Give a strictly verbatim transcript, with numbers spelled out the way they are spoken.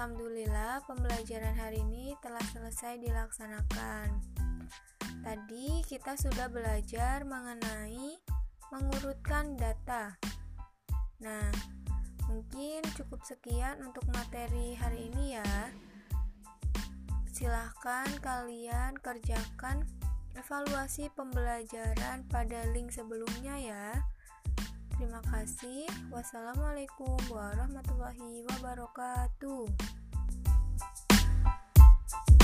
Alhamdulillah, pembelajaran hari ini telah selesai dilaksanakan. Tadi kita sudah belajar mengenai mengurutkan data. Nah, mungkin cukup sekian untuk materi hari ini ya. Silahkan kalian kerjakan evaluasi pembelajaran pada link sebelumnya ya. Terima kasih. Wassalamualaikum warahmatullahi wabarakatuh.